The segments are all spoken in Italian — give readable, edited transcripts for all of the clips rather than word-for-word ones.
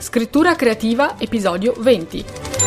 Scrittura creativa, episodio 20.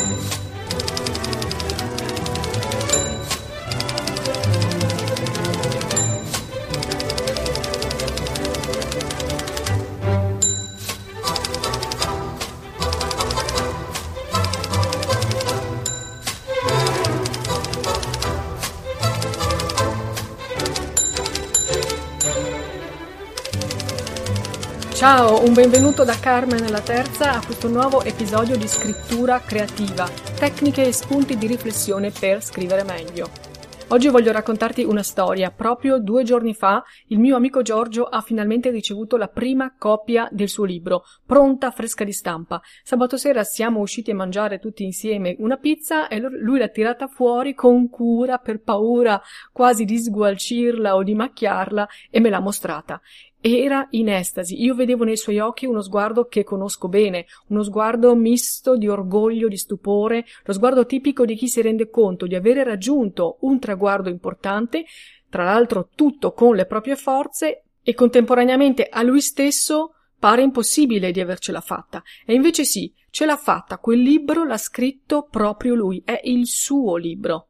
Ciao, un benvenuto da Carmen la Terza a questo nuovo episodio di Scrittura creativa, tecniche e spunti di riflessione per scrivere meglio. Oggi voglio raccontarti una storia. Proprio 2 giorni fa il mio amico Giorgio ha finalmente ricevuto la prima copia del suo libro, pronta, fresca di stampa. Sabato sera siamo usciti a mangiare tutti insieme una pizza e lui l'ha tirata fuori con cura, per paura quasi di sgualcirla o di macchiarla, e me l'ha mostrata. Era in estasi. Io vedevo nei suoi occhi uno sguardo che conosco bene, uno sguardo misto di orgoglio, di stupore, lo sguardo tipico di chi si rende conto di avere raggiunto un traguardo importante, tra l'altro tutto con le proprie forze, e contemporaneamente a lui stesso pare impossibile di avercela fatta. E invece sì, ce l'ha fatta. Quel libro l'ha scritto proprio lui, è il suo libro.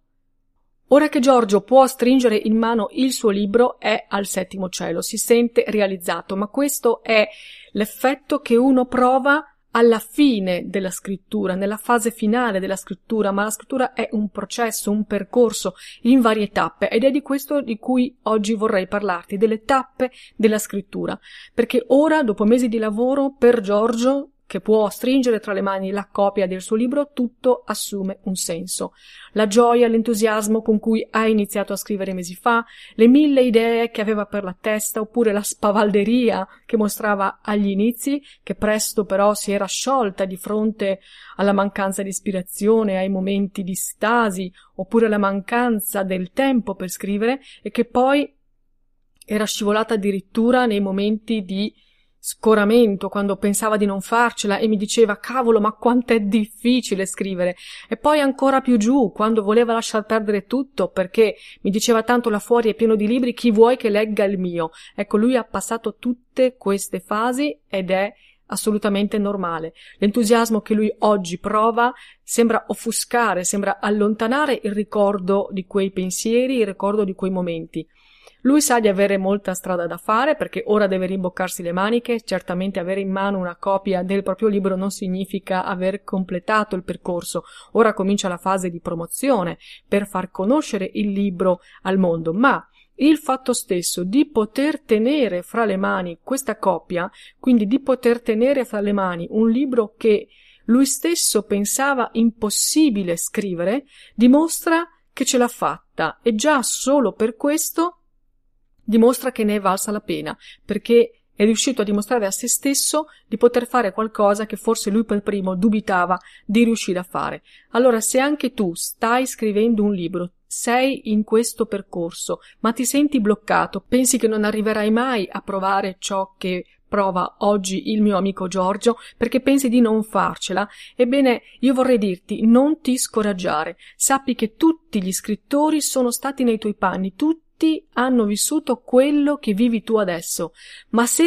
Ora che Giorgio può stringere in mano il suo libro è al 7° cielo, si sente realizzato, ma questo è l'effetto che uno prova alla fine della scrittura, nella fase finale della scrittura, ma la scrittura è un processo, un percorso in varie tappe, ed è di questo di cui oggi vorrei parlarti, delle tappe della scrittura, perché ora, dopo mesi di lavoro, per Giorgio, che può stringere tra le mani la copia del suo libro, tutto assume un senso. La gioia, l'entusiasmo con cui ha iniziato a scrivere mesi fa, le 1000 idee che aveva per la testa, oppure la spavalderia che mostrava agli inizi, che presto però si era sciolta di fronte alla mancanza di ispirazione, ai momenti di stasi, oppure alla mancanza del tempo per scrivere, e che poi era scivolata addirittura nei momenti di scoramento, quando pensava di non farcela e mi diceva cavolo, ma quanto è difficile scrivere, e poi ancora più giù quando voleva lasciar perdere tutto perché mi diceva tanto là fuori è pieno di libri, chi vuoi che legga il mio. Ecco, lui ha passato tutte queste fasi ed è assolutamente normale. L'entusiasmo che lui oggi prova sembra offuscare, sembra allontanare il ricordo di quei pensieri, il ricordo di quei momenti. Lui sa di avere molta strada da fare perché ora deve rimboccarsi le maniche. Certamente avere in mano una copia del proprio libro non significa aver completato il percorso. Ora comincia la fase di promozione per far conoscere il libro al mondo, ma il fatto stesso di poter tenere fra le mani questa copia, quindi di poter tenere fra le mani un libro che lui stesso pensava impossibile scrivere, dimostra che ce l'ha fatta, e già solo per questo dimostra che ne è valsa la pena, perché è riuscito a dimostrare a se stesso di poter fare qualcosa che forse lui per primo dubitava di riuscire a fare. Allora, se anche tu stai scrivendo un libro, sei in questo percorso, ma ti senti bloccato, pensi che non arriverai mai a provare ciò che prova oggi il mio amico Giorgio, perché pensi di non farcela, ebbene io vorrei dirti, non ti scoraggiare, sappi che tutti gli scrittori sono stati nei tuoi panni, tutti hanno vissuto quello che vivi tu adesso, ma se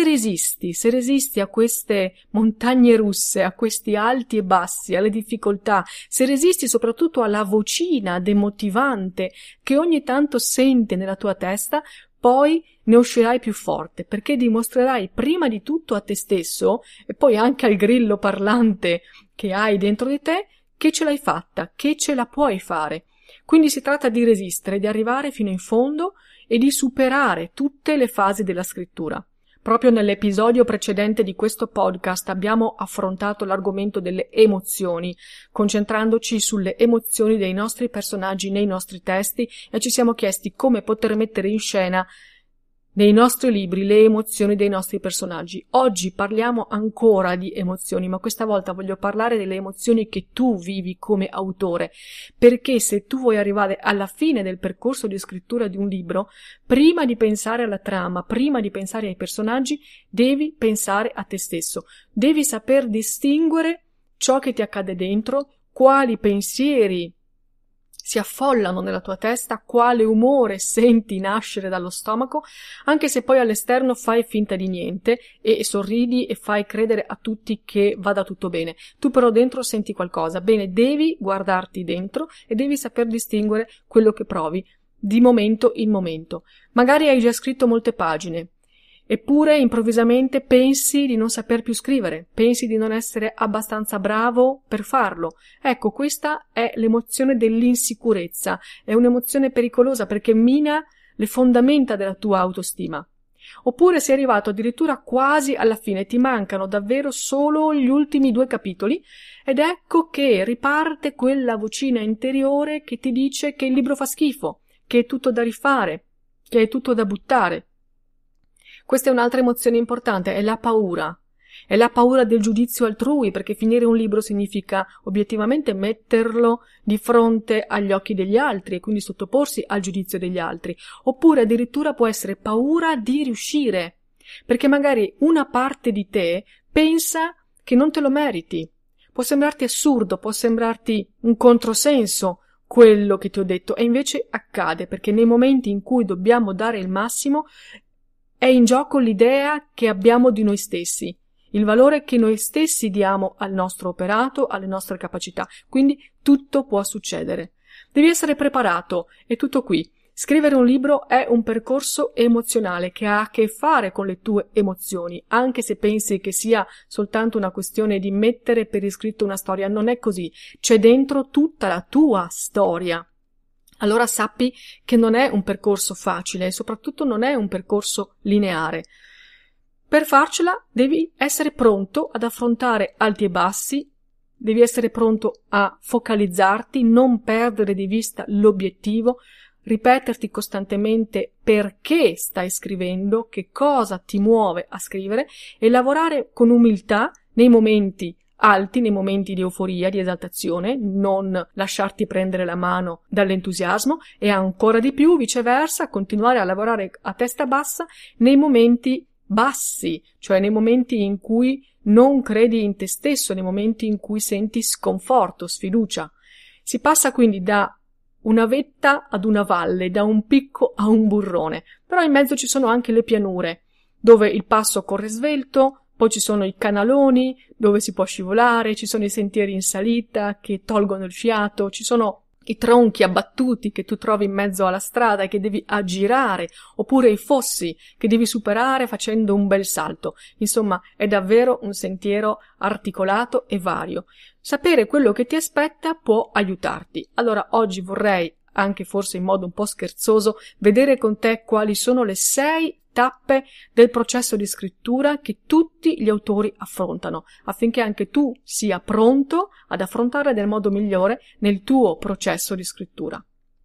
resisti a queste montagne russe, a questi alti e bassi, alle difficoltà, se resisti soprattutto alla vocina demotivante che ogni tanto senti nella tua testa, poi ne uscirai più forte, perché dimostrerai prima di tutto a te stesso e poi anche al grillo parlante che hai dentro di te che ce l'hai fatta, che ce la puoi fare. Quindi si tratta di resistere, di arrivare fino in fondo e di superare tutte le fasi della scrittura. Proprio nell'episodio precedente di questo podcast abbiamo affrontato l'argomento delle emozioni, concentrandoci sulle emozioni dei nostri personaggi nei nostri testi, e ci siamo chiesti come poter mettere in scena nei nostri libri le emozioni dei nostri personaggi. Oggi parliamo ancora di emozioni, ma questa volta voglio parlare delle emozioni che tu vivi come autore, perché se tu vuoi arrivare alla fine del percorso di scrittura di un libro, prima di pensare alla trama, prima di pensare ai personaggi, devi pensare a te stesso. Devi saper distinguere ciò che ti accade dentro, quali pensieri si affollano nella tua testa, quale umore senti nascere dallo stomaco, anche se poi all'esterno fai finta di niente e sorridi e fai credere a tutti che vada tutto bene. Tu però dentro senti qualcosa. Bene, devi guardarti dentro e devi saper distinguere quello che provi di momento in momento. Magari hai già scritto molte pagine, eppure improvvisamente pensi di non saper più scrivere, pensi di non essere abbastanza bravo per farlo. Ecco, questa è l'emozione dell'insicurezza, è un'emozione pericolosa perché mina le fondamenta della tua autostima. Oppure sei arrivato addirittura quasi alla fine, ti mancano davvero solo gli ultimi 2 capitoli ed ecco che riparte quella vocina interiore che ti dice che il libro fa schifo, che è tutto da rifare, che è tutto da buttare. Questa è un'altra emozione importante, è la paura. È la paura del giudizio altrui, perché finire un libro significa obiettivamente metterlo di fronte agli occhi degli altri e quindi sottoporsi al giudizio degli altri. Oppure addirittura può essere paura di riuscire, perché magari una parte di te pensa che non te lo meriti. Può sembrarti assurdo, può sembrarti un controsenso quello che ti ho detto, e invece accade, perché nei momenti in cui dobbiamo dare il massimo è in gioco l'idea che abbiamo di noi stessi, il valore che noi stessi diamo al nostro operato, alle nostre capacità. Quindi tutto può succedere. Devi essere preparato, è tutto qui. Scrivere un libro è un percorso emozionale che ha a che fare con le tue emozioni, anche se pensi che sia soltanto una questione di mettere per iscritto una storia. Non è così, c'è dentro tutta la tua storia. Allora sappi che non è un percorso facile e soprattutto non è un percorso lineare. Per farcela devi essere pronto ad affrontare alti e bassi, devi essere pronto a focalizzarti, non perdere di vista l'obiettivo, ripeterti costantemente perché stai scrivendo, che cosa ti muove a scrivere e lavorare con umiltà nei momenti alti, nei momenti di euforia, di esaltazione, non lasciarti prendere la mano dall'entusiasmo e ancora di più, viceversa, continuare a lavorare a testa bassa nei momenti bassi, cioè nei momenti in cui non credi in te stesso, nei momenti in cui senti sconforto, sfiducia. Si passa quindi da una vetta ad una valle, da un picco a un burrone, però in mezzo ci sono anche le pianure, dove il passo corre svelto. Poi ci sono i canaloni dove si può scivolare, ci sono i sentieri in salita che tolgono il fiato, ci sono i tronchi abbattuti che tu trovi in mezzo alla strada e che devi aggirare, oppure i fossi che devi superare facendo un bel salto. Insomma, è davvero un sentiero articolato e vario. Sapere quello che ti aspetta può aiutarti. Allora oggi vorrei, anche forse in modo un po' scherzoso, vedere con te quali sono le 6 tappe del processo di scrittura che tutti gli autori affrontano, affinché anche tu sia pronto ad affrontare nel modo migliore nel tuo processo di scrittura.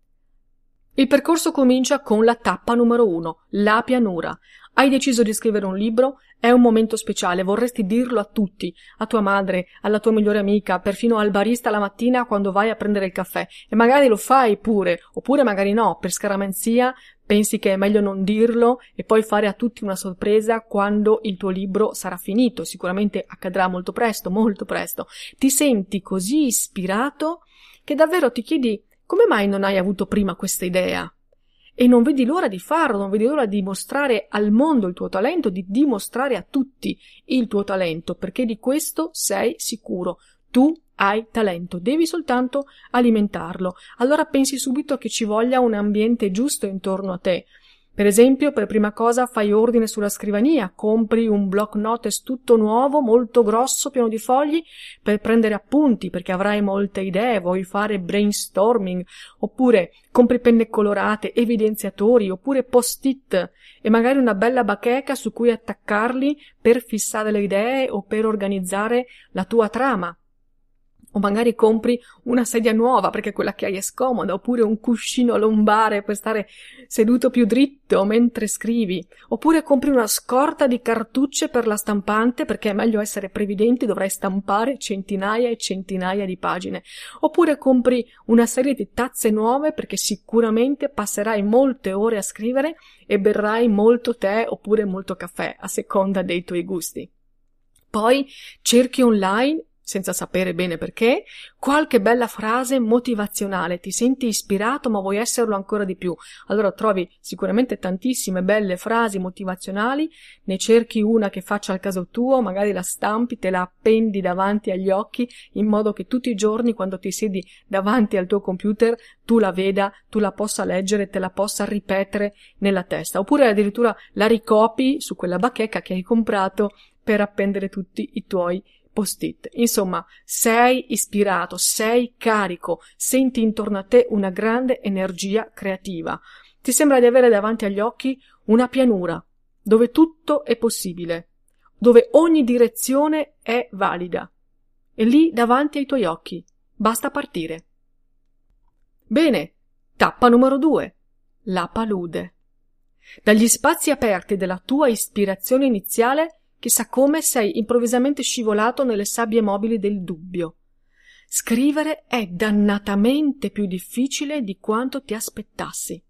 Il percorso comincia con la tappa numero 1, la pianura. Hai deciso di scrivere un libro? È un momento speciale, vorresti dirlo a tutti, a tua madre, alla tua migliore amica, perfino al barista la mattina quando vai a prendere il caffè, e magari lo fai pure, oppure magari no, per scaramanzia pensi che è meglio non dirlo e poi fare a tutti una sorpresa quando il tuo libro sarà finito. Sicuramente accadrà molto presto, molto presto. Ti senti così ispirato che davvero ti chiedi come mai non hai avuto prima questa idea? E non vedi l'ora di farlo, non vedi l'ora di mostrare al mondo il tuo talento, di dimostrare a tutti il tuo talento, perché di questo sei sicuro. Tu hai talento, devi soltanto alimentarlo. Allora pensi subito che ci voglia un ambiente giusto intorno a te. Per esempio, per prima cosa fai ordine sulla scrivania, compri un block notes tutto nuovo, molto grosso, pieno di fogli, per prendere appunti, perché avrai molte idee, vuoi fare brainstorming, oppure compri penne colorate, evidenziatori, oppure post-it, e magari una bella bacheca su cui attaccarli per fissare le idee o per organizzare la tua trama. O magari compri una sedia nuova perché quella che hai è scomoda, oppure un cuscino lombare per stare seduto più dritto mentre scrivi, oppure compri una scorta di cartucce per la stampante perché è meglio essere previdenti, dovrai stampare centinaia e centinaia di pagine, oppure compri una serie di tazze nuove perché sicuramente passerai molte ore a scrivere e berrai molto tè oppure molto caffè, a seconda dei tuoi gusti. Poi cerchi online senza sapere bene perché, qualche bella frase motivazionale, ti senti ispirato ma vuoi esserlo ancora di più. Allora trovi sicuramente tantissime belle frasi motivazionali, ne cerchi una che faccia al caso tuo, magari la stampi, te la appendi davanti agli occhi, in modo che tutti i giorni quando ti siedi davanti al tuo computer tu la veda, tu la possa leggere, te la possa ripetere nella testa. Oppure addirittura la ricopi su quella bacheca che hai comprato per appendere tutti i tuoi post-it. Insomma, sei ispirato, sei carico, senti intorno a te una grande energia creativa. Ti sembra di avere davanti agli occhi una pianura dove tutto è possibile, dove ogni direzione è valida. E lì davanti ai tuoi occhi basta partire. Bene, tappa numero 2. La palude. Dagli spazi aperti della tua ispirazione iniziale, chissà come sei improvvisamente scivolato nelle sabbie mobili del dubbio. Scrivere è dannatamente più difficile di quanto ti aspettassi.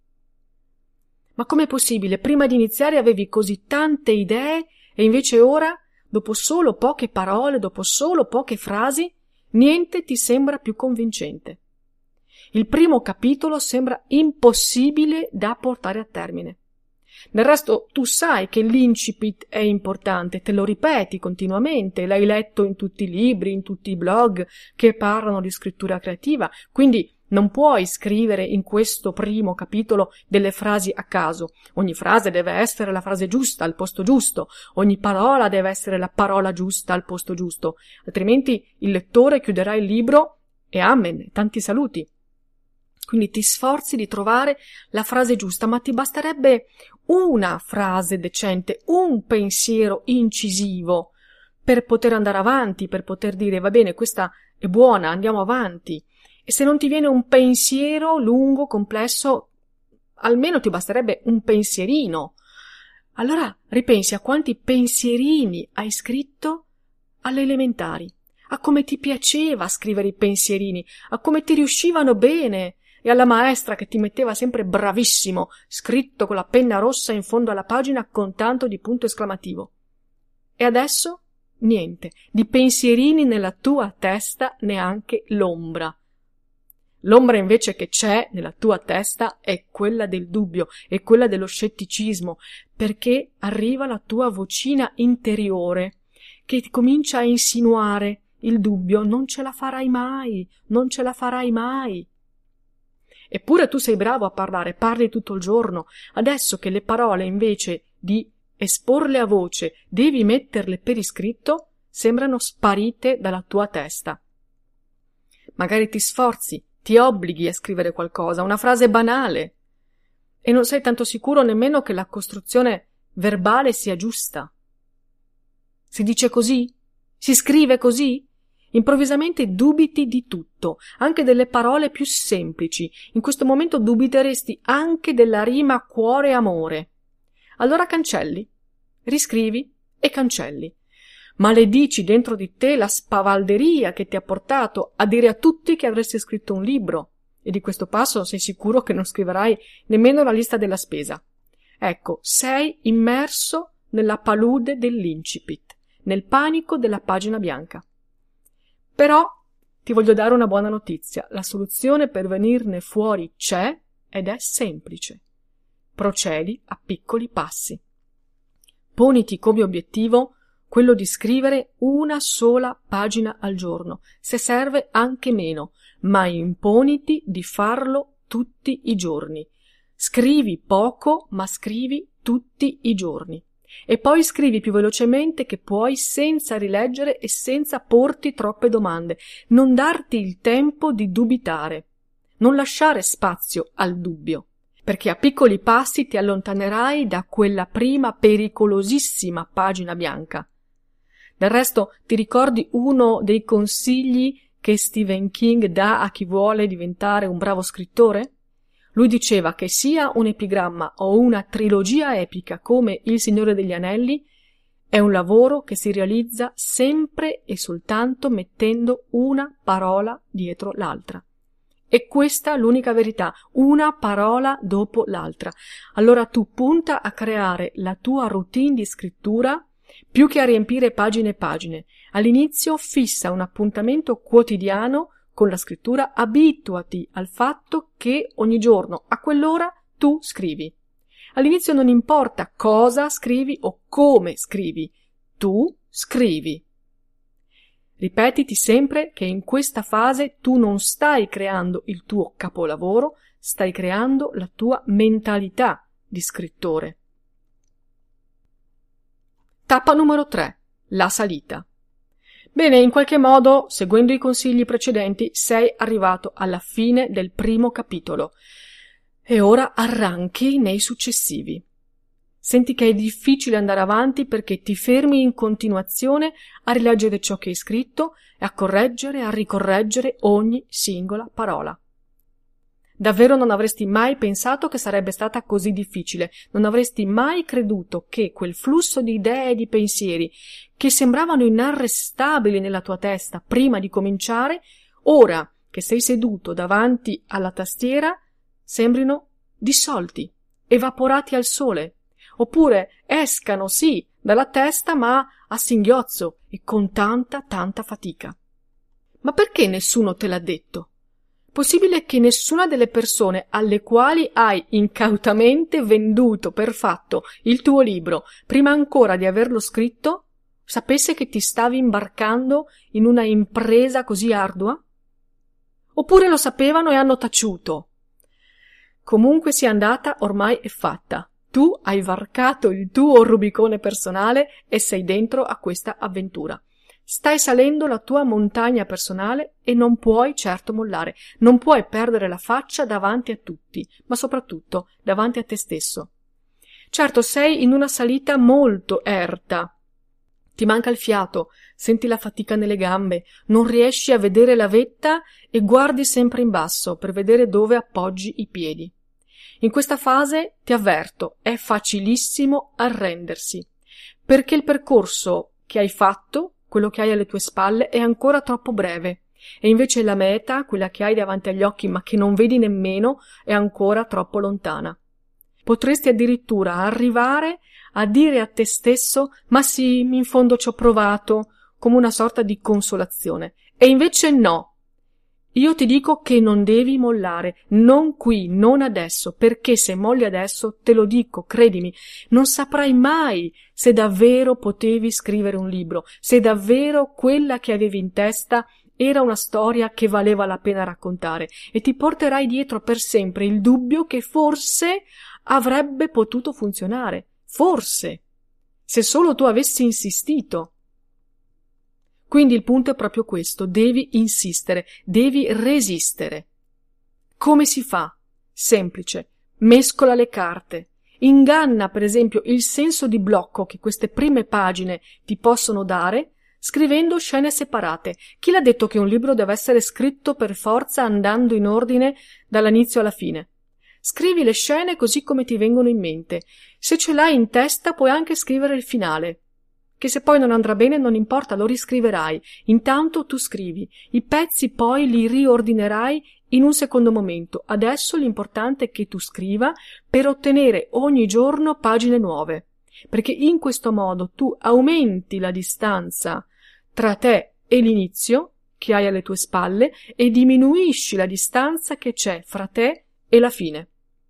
Ma com'è possibile? Prima di iniziare avevi così tante idee e invece ora, dopo solo poche parole, dopo solo poche frasi, niente ti sembra più convincente. Il primo capitolo sembra impossibile da portare a termine. Del resto tu sai che l'incipit è importante, te lo ripeti continuamente, l'hai letto in tutti i libri, in tutti i blog che parlano di scrittura creativa, quindi non puoi scrivere in questo primo capitolo delle frasi a caso. Ogni frase deve essere la frase giusta al posto giusto, ogni parola deve essere la parola giusta al posto giusto, altrimenti il lettore chiuderà il libro e amen, tanti saluti. Quindi ti sforzi di trovare la frase giusta, ma ti basterebbe una frase decente, un pensiero incisivo per poter andare avanti, per poter dire va bene, questa è buona, andiamo avanti. E se non ti viene un pensiero lungo, complesso, almeno ti basterebbe un pensierino. Allora ripensi a quanti pensierini hai scritto alle elementari, a come ti piaceva scrivere i pensierini, a come ti riuscivano bene, e alla maestra che ti metteva sempre bravissimo, scritto con la penna rossa in fondo alla pagina con tanto di punto esclamativo. E adesso? Niente, di pensierini nella tua testa neanche l'ombra. L'ombra invece che c'è nella tua testa è quella del dubbio, è quella dello scetticismo, perché arriva la tua vocina interiore che ti comincia a insinuare il dubbio, non ce la farai mai, non ce la farai mai. Eppure tu sei bravo a parlare, parli tutto il giorno. Adesso che le parole, invece di esporle a voce, devi metterle per iscritto, sembrano sparite dalla tua testa. Magari ti sforzi, ti obblighi a scrivere qualcosa, una frase banale, e non sei tanto sicuro nemmeno che la costruzione verbale sia giusta. Si dice così? Si scrive così? Improvvisamente dubiti di tutto, anche delle parole più semplici. In questo momento dubiteresti anche della rima cuore e amore. Allora cancelli, riscrivi e cancelli. Maledici dentro di te la spavalderia che ti ha portato a dire a tutti che avresti scritto un libro, e di questo passo sei sicuro che non scriverai nemmeno la lista della spesa. Ecco, sei immerso nella palude dell'incipit, nel panico della pagina bianca. Però ti voglio dare una buona notizia. La soluzione per venirne fuori c'è ed è semplice. Procedi a piccoli passi. Poniti come obiettivo quello di scrivere una sola pagina al giorno, se serve anche meno, ma imponiti di farlo tutti i giorni. Scrivi poco, ma scrivi tutti i giorni. E poi scrivi più velocemente che puoi, senza rileggere e senza porti troppe domande. Non darti il tempo di dubitare. Non lasciare spazio al dubbio, perché a piccoli passi ti allontanerai da quella prima pericolosissima pagina bianca. Del resto, ti ricordi uno dei consigli che Stephen King dà a chi vuole diventare un bravo scrittore? Lui diceva che sia un epigramma o una trilogia epica come Il Signore degli Anelli è un lavoro che si realizza sempre e soltanto mettendo una parola dietro l'altra. E questa è l'unica verità, una parola dopo l'altra. Allora tu punta a creare la tua routine di scrittura più che a riempire pagine e pagine. All'inizio fissa un appuntamento quotidiano con la scrittura, abituati al fatto che ogni giorno a quell'ora tu scrivi. All'inizio non importa cosa scrivi o come scrivi, tu scrivi. Ripetiti sempre che in questa fase tu non stai creando il tuo capolavoro, stai creando la tua mentalità di scrittore. Tappa numero 3. La salita. Bene, in qualche modo, seguendo i consigli precedenti, sei arrivato alla fine del primo capitolo e ora arranchi nei successivi. Senti che è difficile andare avanti perché ti fermi in continuazione a rileggere ciò che hai scritto e a correggere e a ricorreggere ogni singola parola. Davvero non avresti mai pensato che sarebbe stata così difficile, non avresti mai creduto che quel flusso di idee e di pensieri che sembravano inarrestabili nella tua testa prima di cominciare, ora che sei seduto davanti alla tastiera, sembrino dissolti, evaporati al sole, oppure escano sì dalla testa ma a singhiozzo e con tanta fatica. Ma perché nessuno te l'ha detto? Possibile che nessuna delle persone alle quali hai incautamente venduto per fatto il tuo libro, prima ancora di averlo scritto, sapesse che ti stavi imbarcando in una impresa così ardua? Oppure lo sapevano e hanno taciuto? Comunque sia andata, ormai è fatta. Tu hai varcato il tuo Rubicone personale e sei dentro a questa avventura. Stai salendo la tua montagna personale e non puoi certo mollare, non puoi perdere la faccia davanti a tutti, ma soprattutto davanti a te stesso. Certo, sei in una salita molto erta. Ti manca il fiato, senti la fatica nelle gambe, non riesci a vedere la vetta e guardi sempre in basso per vedere dove appoggi i piedi. In questa fase, ti avverto, è facilissimo arrendersi, perché il percorso che hai fatto, quello che hai alle tue spalle, è ancora troppo breve, e invece la meta, quella che hai davanti agli occhi ma che non vedi nemmeno, è ancora troppo lontana. Potresti addirittura arrivare a dire a te stesso «ma sì, in fondo ci ho provato», come una sorta di consolazione. E invece no. Io ti dico che non devi mollare, non qui, non adesso, perché se molli adesso, te lo dico, credimi, non saprai mai se davvero potevi scrivere un libro, se davvero quella che avevi in testa era una storia che valeva la pena raccontare, e ti porterai dietro per sempre il dubbio che forse avrebbe potuto funzionare, forse, se solo tu avessi insistito. Quindi il punto è proprio questo, devi insistere, devi resistere. Come si fa? Semplice, mescola le carte, inganna per esempio il senso di blocco che queste prime pagine ti possono dare scrivendo scene separate. Chi l'ha detto che un libro deve essere scritto per forza andando in ordine dall'inizio alla fine? Scrivi le scene così come ti vengono in mente. Se ce l'hai in testa puoi anche scrivere il finale, che se poi non andrà bene non importa, lo riscriverai. Intanto tu scrivi. I pezzi poi li riordinerai in un secondo momento. Adesso l'importante è che tu scriva per ottenere ogni giorno pagine nuove, perché in questo modo tu aumenti la distanza tra te e l'inizio che hai alle tue spalle e diminuisci la distanza che c'è fra te e la fine.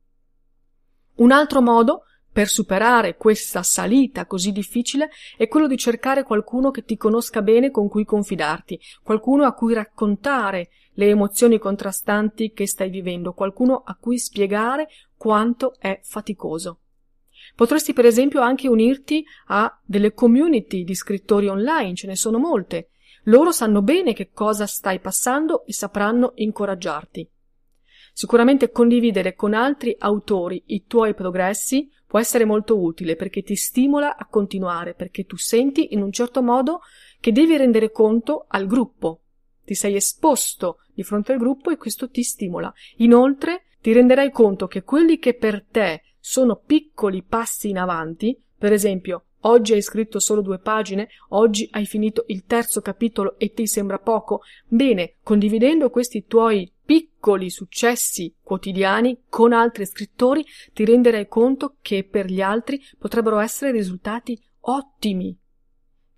Un altro modo per superare questa salita così difficile è quello di cercare qualcuno che ti conosca bene, con cui confidarti, qualcuno a cui raccontare le emozioni contrastanti che stai vivendo, qualcuno a cui spiegare quanto è faticoso. Potresti per esempio anche unirti a delle community di scrittori online, ce ne sono molte. Loro sanno bene che cosa stai passando e sapranno incoraggiarti. Sicuramente condividere con altri autori i tuoi progressi può essere molto utile perché ti stimola a continuare, perché tu senti in un certo modo che devi rendere conto al gruppo. Ti sei esposto di fronte al gruppo e questo ti stimola. Inoltre ti renderai conto che quelli che per te sono piccoli passi in avanti, per esempio oggi hai scritto solo 2 pagine, oggi hai finito il 3° capitolo e ti sembra poco, bene, condividendo questi tuoi piccoli successi quotidiani con altri scrittori ti renderai conto che per gli altri potrebbero essere risultati ottimi,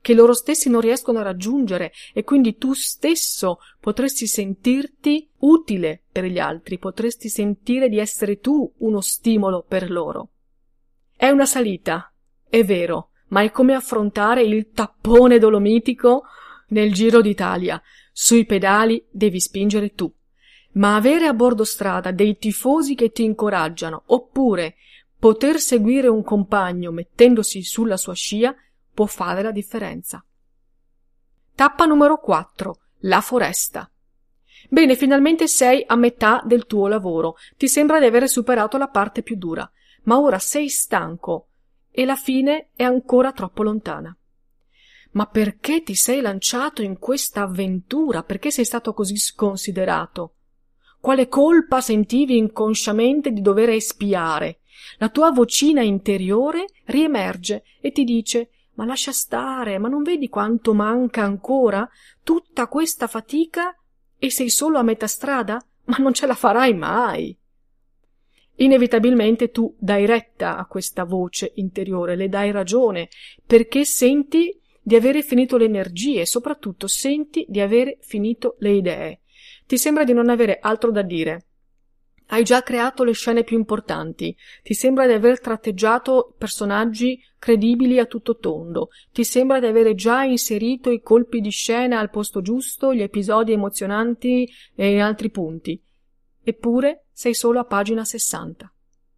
che loro stessi non riescono a raggiungere, e quindi tu stesso potresti sentirti utile per gli altri, potresti sentire di essere tu uno stimolo per loro. È una salita, è vero, ma è come affrontare il tappone dolomitico nel Giro d'Italia. Sui pedali devi spingere tu, ma avere a bordo strada dei tifosi che ti incoraggiano, oppure poter seguire un compagno mettendosi sulla sua scia, può fare la differenza. Tappa numero 4. La foresta. Bene, finalmente sei a metà del tuo lavoro. Ti sembra di aver superato la parte più dura, ma ora sei stanco e la fine è ancora troppo lontana. Ma perché ti sei lanciato in questa avventura? Perché sei stato così sconsiderato? Quale colpa sentivi inconsciamente di dover espiare? La tua vocina interiore riemerge e ti dice: ma lascia stare, ma non vedi quanto manca ancora? Tutta questa fatica e sei solo a metà strada? Ma non ce la farai mai! Inevitabilmente tu dai retta a questa voce interiore, le dai ragione, perché senti di avere finito le energie e soprattutto senti di avere finito le idee. Ti sembra di non avere altro da dire. Hai già creato le scene più importanti, ti sembra di aver tratteggiato personaggi credibili a tutto tondo, ti sembra di avere già inserito i colpi di scena al posto giusto, gli episodi emozionanti e in altri punti. Eppure sei solo a pagina 60.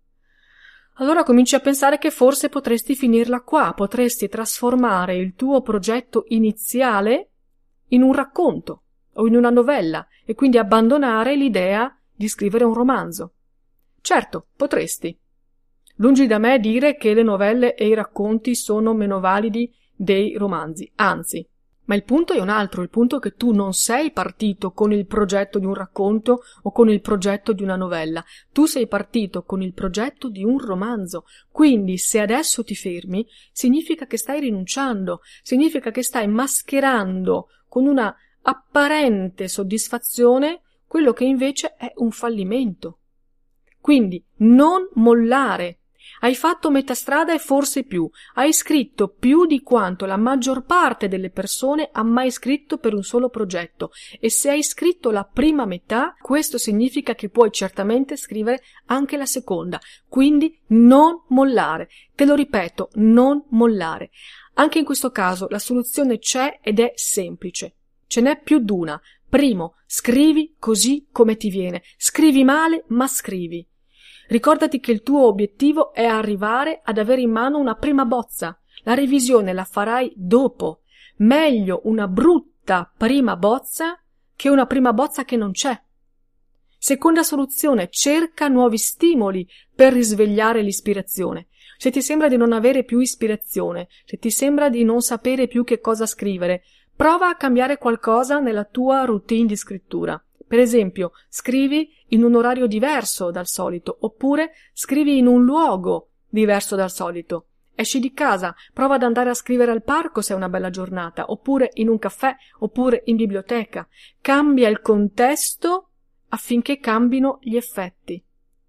Allora cominci a pensare che forse potresti finirla qua, potresti trasformare il tuo progetto iniziale in un racconto o in una novella e quindi abbandonare l'idea di scrivere un romanzo. Certo, potresti. Lungi da me dire che le novelle e i racconti sono meno validi dei romanzi, anzi. Ma il punto è un altro, il punto è che tu non sei partito con il progetto di un racconto o con il progetto di una novella, tu sei partito con il progetto di un romanzo, quindi se adesso ti fermi significa che stai rinunciando, significa che stai mascherando con una apparente soddisfazione quello che invece è un fallimento. Quindi non mollare. Hai fatto metà strada e forse più. Hai scritto più di quanto la maggior parte delle persone ha mai scritto per un solo progetto. E se hai scritto la prima metà, questo significa che puoi certamente scrivere anche la seconda. Quindi non mollare. Te lo ripeto, non mollare. Anche in questo caso la soluzione c'è ed è semplice. Ce n'è più d'una. Primo, scrivi così come ti viene. Scrivi male, ma scrivi. Ricordati che il tuo obiettivo è arrivare ad avere in mano una prima bozza. La revisione la farai dopo. Meglio una brutta prima bozza che una prima bozza che non c'è. Seconda soluzione, cerca nuovi stimoli per risvegliare l'ispirazione. Se ti sembra di non avere più ispirazione, se ti sembra di non sapere più che cosa scrivere, prova a cambiare qualcosa nella tua routine di scrittura. Per esempio, scrivi in un orario diverso dal solito, oppure scrivi in un luogo diverso dal solito. Esci di casa, prova ad andare a scrivere al parco se è una bella giornata, oppure in un caffè, oppure in biblioteca. Cambia il contesto affinché cambino gli effetti.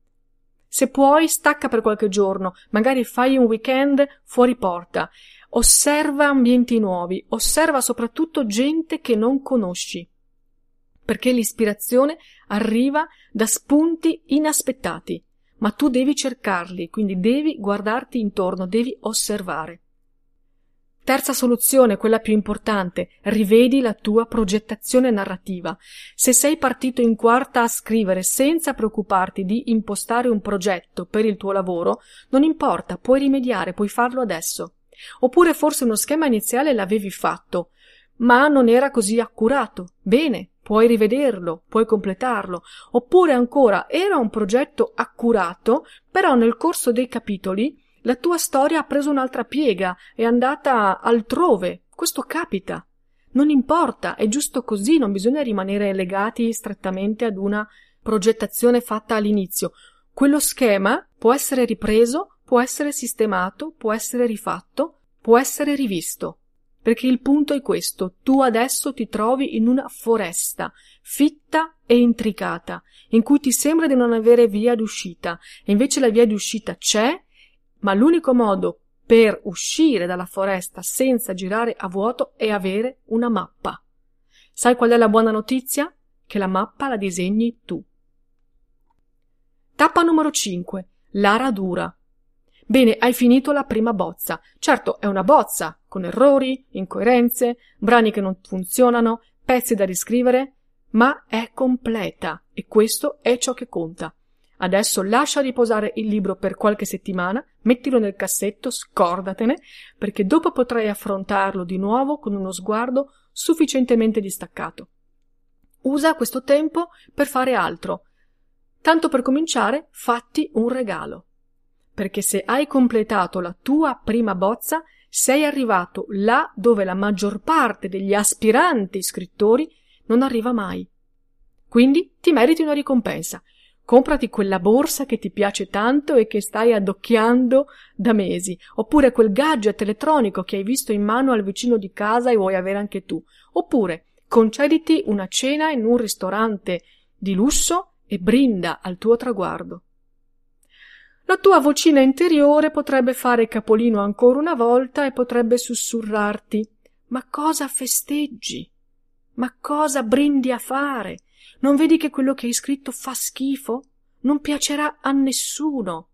Se puoi, stacca per qualche giorno, magari fai un weekend fuori porta. Osserva ambienti nuovi, osserva soprattutto gente che non conosci, perché l'ispirazione arriva da spunti inaspettati, ma tu devi cercarli, quindi devi guardarti intorno, devi osservare. Terza soluzione, quella più importante, rivedi la tua progettazione narrativa. Se sei partito in quarta a scrivere senza preoccuparti di impostare un progetto per il tuo lavoro, non importa, puoi rimediare, puoi farlo adesso. Oppure forse uno schema iniziale l'avevi fatto, ma non era così accurato. Bene, puoi rivederlo, puoi completarlo. Oppure ancora, era un progetto accurato, però nel corso dei capitoli la tua storia ha preso un'altra piega, è andata altrove. Questo capita. Non importa, è giusto così, non bisogna rimanere legati strettamente ad una progettazione fatta all'inizio. Quello schema può essere ripreso, può essere sistemato, può essere rifatto, può essere rivisto. Perché il punto è questo, tu adesso ti trovi in una foresta, fitta e intricata, in cui ti sembra di non avere via d'uscita, e invece la via d'uscita c'è, ma l'unico modo per uscire dalla foresta senza girare a vuoto è avere una mappa. Sai qual è la buona notizia? Che la mappa la disegni tu. Tappa numero 5. La radura. Bene, hai finito la prima bozza. Certo, è una bozza, con errori, incoerenze, brani che non funzionano, pezzi da riscrivere, ma è completa e questo è ciò che conta. Adesso lascia riposare il libro per qualche settimana, mettilo nel cassetto, scordatene, perché dopo potrai affrontarlo di nuovo con uno sguardo sufficientemente distaccato. Usa questo tempo per fare altro. Tanto per cominciare, fatti un regalo. Perché se hai completato la tua prima bozza, sei arrivato là dove la maggior parte degli aspiranti scrittori non arriva mai. Quindi ti meriti una ricompensa. Comprati quella borsa che ti piace tanto e che stai adocchiando da mesi, oppure quel gadget elettronico che hai visto in mano al vicino di casa e vuoi avere anche tu, oppure concediti una cena in un ristorante di lusso e brinda al tuo traguardo. La tua vocina interiore potrebbe fare capolino ancora una volta e potrebbe sussurrarti: ma cosa festeggi? Ma cosa brindi a fare? Non vedi che quello che hai scritto fa schifo? Non piacerà a nessuno.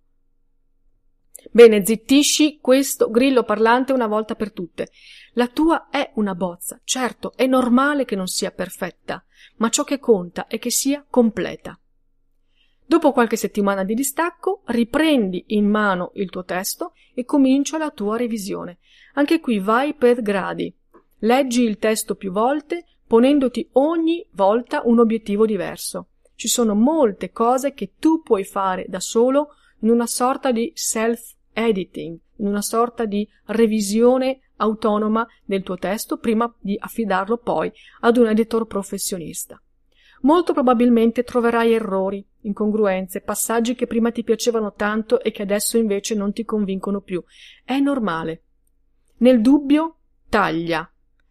Bene, zittisci questo grillo parlante una volta per tutte. La tua è una bozza, certo, è normale che non sia perfetta, ma ciò che conta è che sia completa. Dopo qualche settimana di distacco, riprendi in mano il tuo testo e comincia la tua revisione. Anche qui vai per gradi. Leggi il testo più volte, ponendoti ogni volta un obiettivo diverso. Ci sono molte cose che tu puoi fare da solo in una sorta di self-editing, in una sorta di revisione autonoma del tuo testo prima di affidarlo poi ad un editor professionista. Molto probabilmente troverai errori, incongruenze, passaggi che prima ti piacevano tanto e che adesso invece non ti convincono più. È normale. Nel dubbio, taglia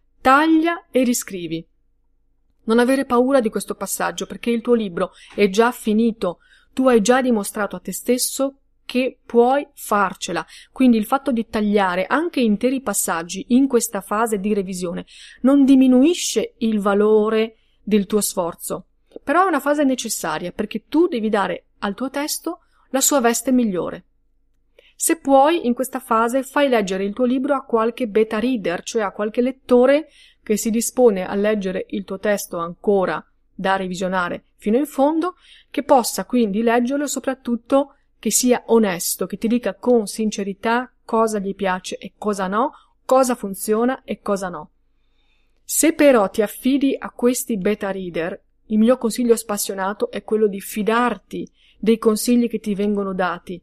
e riscrivi. Non avere paura di questo passaggio, perché il tuo libro è già finito. Tu hai già dimostrato a te stesso che puoi farcela. Quindi il fatto di tagliare anche interi passaggi in questa fase di revisione non diminuisce il valore del tuo sforzo, però è una fase necessaria perché tu devi dare al tuo testo la sua veste migliore. Se puoi, in questa fase fai leggere il tuo libro a qualche beta reader, cioè a qualche lettore che si dispone a leggere il tuo testo ancora da revisionare fino in fondo, che possa quindi leggerlo e soprattutto che sia onesto, che ti dica con sincerità cosa gli piace e cosa no, cosa funziona e cosa no. Se però ti affidi a questi beta reader, il mio consiglio spassionato è quello di fidarti dei consigli che ti vengono dati.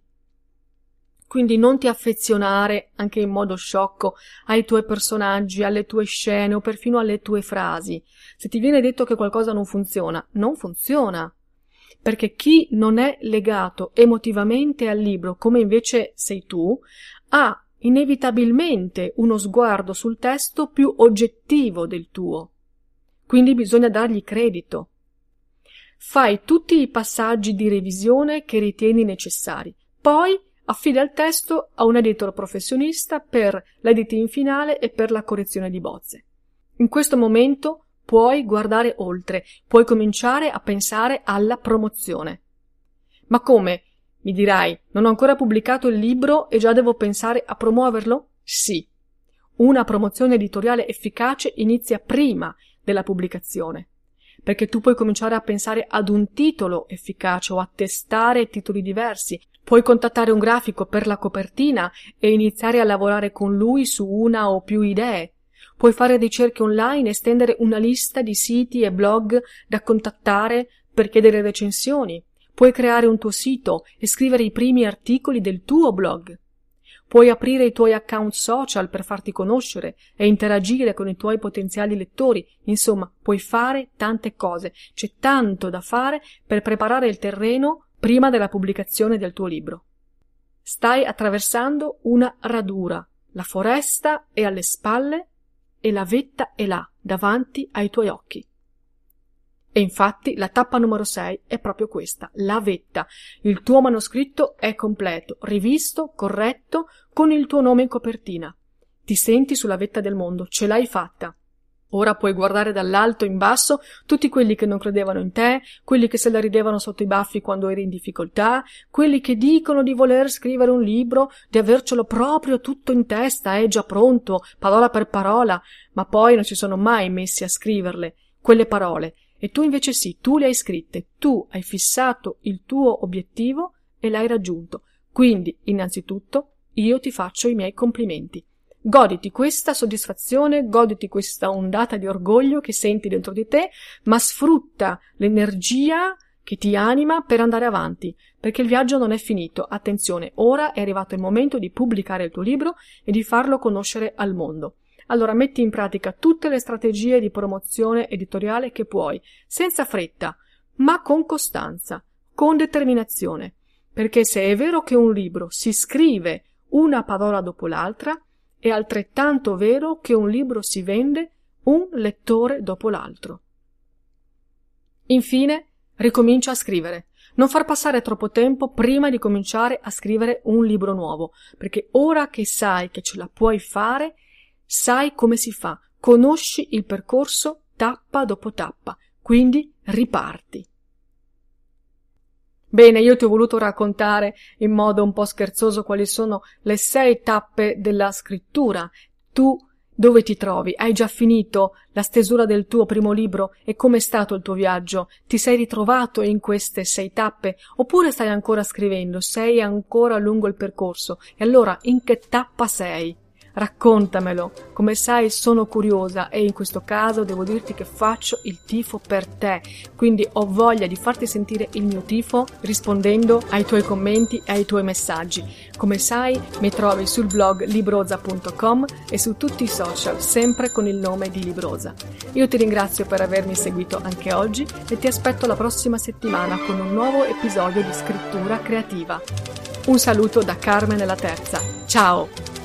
Quindi non ti affezionare, anche in modo sciocco, ai tuoi personaggi, alle tue scene o perfino alle tue frasi. Se ti viene detto che qualcosa non funziona, non funziona. Perché chi non è legato emotivamente al libro, come invece sei tu, ha inevitabilmente uno sguardo sul testo più oggettivo del tuo. Quindi bisogna dargli credito. Fai tutti i passaggi di revisione che ritieni necessari. Poi affida il testo a un editor professionista per l'editing finale e per la correzione di bozze. In questo momento puoi guardare oltre, puoi cominciare a pensare alla promozione. Ma come? Mi dirai, non ho ancora pubblicato il libro e già devo pensare a promuoverlo? Sì. Una promozione editoriale efficace inizia prima della pubblicazione, perché tu puoi cominciare a pensare ad un titolo efficace o a testare titoli diversi. Puoi contattare un grafico per la copertina e iniziare a lavorare con lui su una o più idee. Puoi fare ricerche online e stendere una lista di siti e blog da contattare per chiedere recensioni. Puoi creare un tuo sito e scrivere i primi articoli del tuo blog. Puoi aprire i tuoi account social per farti conoscere e interagire con i tuoi potenziali lettori. Insomma, puoi fare tante cose. C'è tanto da fare per preparare il terreno prima della pubblicazione del tuo libro. Stai attraversando una radura. La foresta è alle spalle e la vetta è là, davanti ai tuoi occhi. E infatti la tappa numero 6 è proprio questa, la vetta. Il tuo manoscritto è completo, rivisto, corretto, con il tuo nome in copertina. Ti senti sulla vetta del mondo, ce l'hai fatta. Ora puoi guardare dall'alto in basso tutti quelli che non credevano in te, quelli che se la ridevano sotto i baffi quando eri in difficoltà, quelli che dicono di voler scrivere un libro, di avercelo proprio tutto in testa, già pronto, parola per parola, ma poi non si sono mai messi a scriverle, quelle parole. E tu invece sì, tu le hai scritte, tu hai fissato il tuo obiettivo e l'hai raggiunto. Quindi, innanzitutto, io ti faccio i miei complimenti. Goditi questa soddisfazione, goditi questa ondata di orgoglio che senti dentro di te, ma sfrutta l'energia che ti anima per andare avanti, perché il viaggio non è finito. Attenzione, ora è arrivato il momento di pubblicare il tuo libro e di farlo conoscere al mondo. Allora metti in pratica tutte le strategie di promozione editoriale che puoi, senza fretta, ma con costanza, con determinazione, perché se è vero che un libro si scrive una parola dopo l'altra, è altrettanto vero che un libro si vende un lettore dopo l'altro. Infine, ricomincia a scrivere. Non far passare troppo tempo prima di cominciare a scrivere un libro nuovo, perché ora che sai che ce la puoi fare, sai come si fa, conosci il percorso tappa dopo tappa, quindi riparti. Bene, io ti ho voluto raccontare in modo un po' scherzoso quali sono le 6 tappe della scrittura. Tu dove ti trovi? Hai già finito la stesura del tuo primo libro? E com'è stato il tuo viaggio? Ti sei ritrovato in queste 6 tappe? Oppure stai ancora scrivendo? Sei ancora lungo il percorso? E allora in che tappa sei? Raccontamelo. Come sai, sono curiosa e in questo caso devo dirti che faccio il tifo per te, quindi ho voglia di farti sentire il mio tifo rispondendo ai tuoi commenti e ai tuoi messaggi. Come sai, mi trovi sul blog libroza.com e su tutti i social, sempre con il nome di Libroza. Io ti ringrazio per avermi seguito anche oggi e ti aspetto la prossima settimana con un nuovo episodio di Scrittura Creativa. Un saluto da Carmen la Terza. Ciao!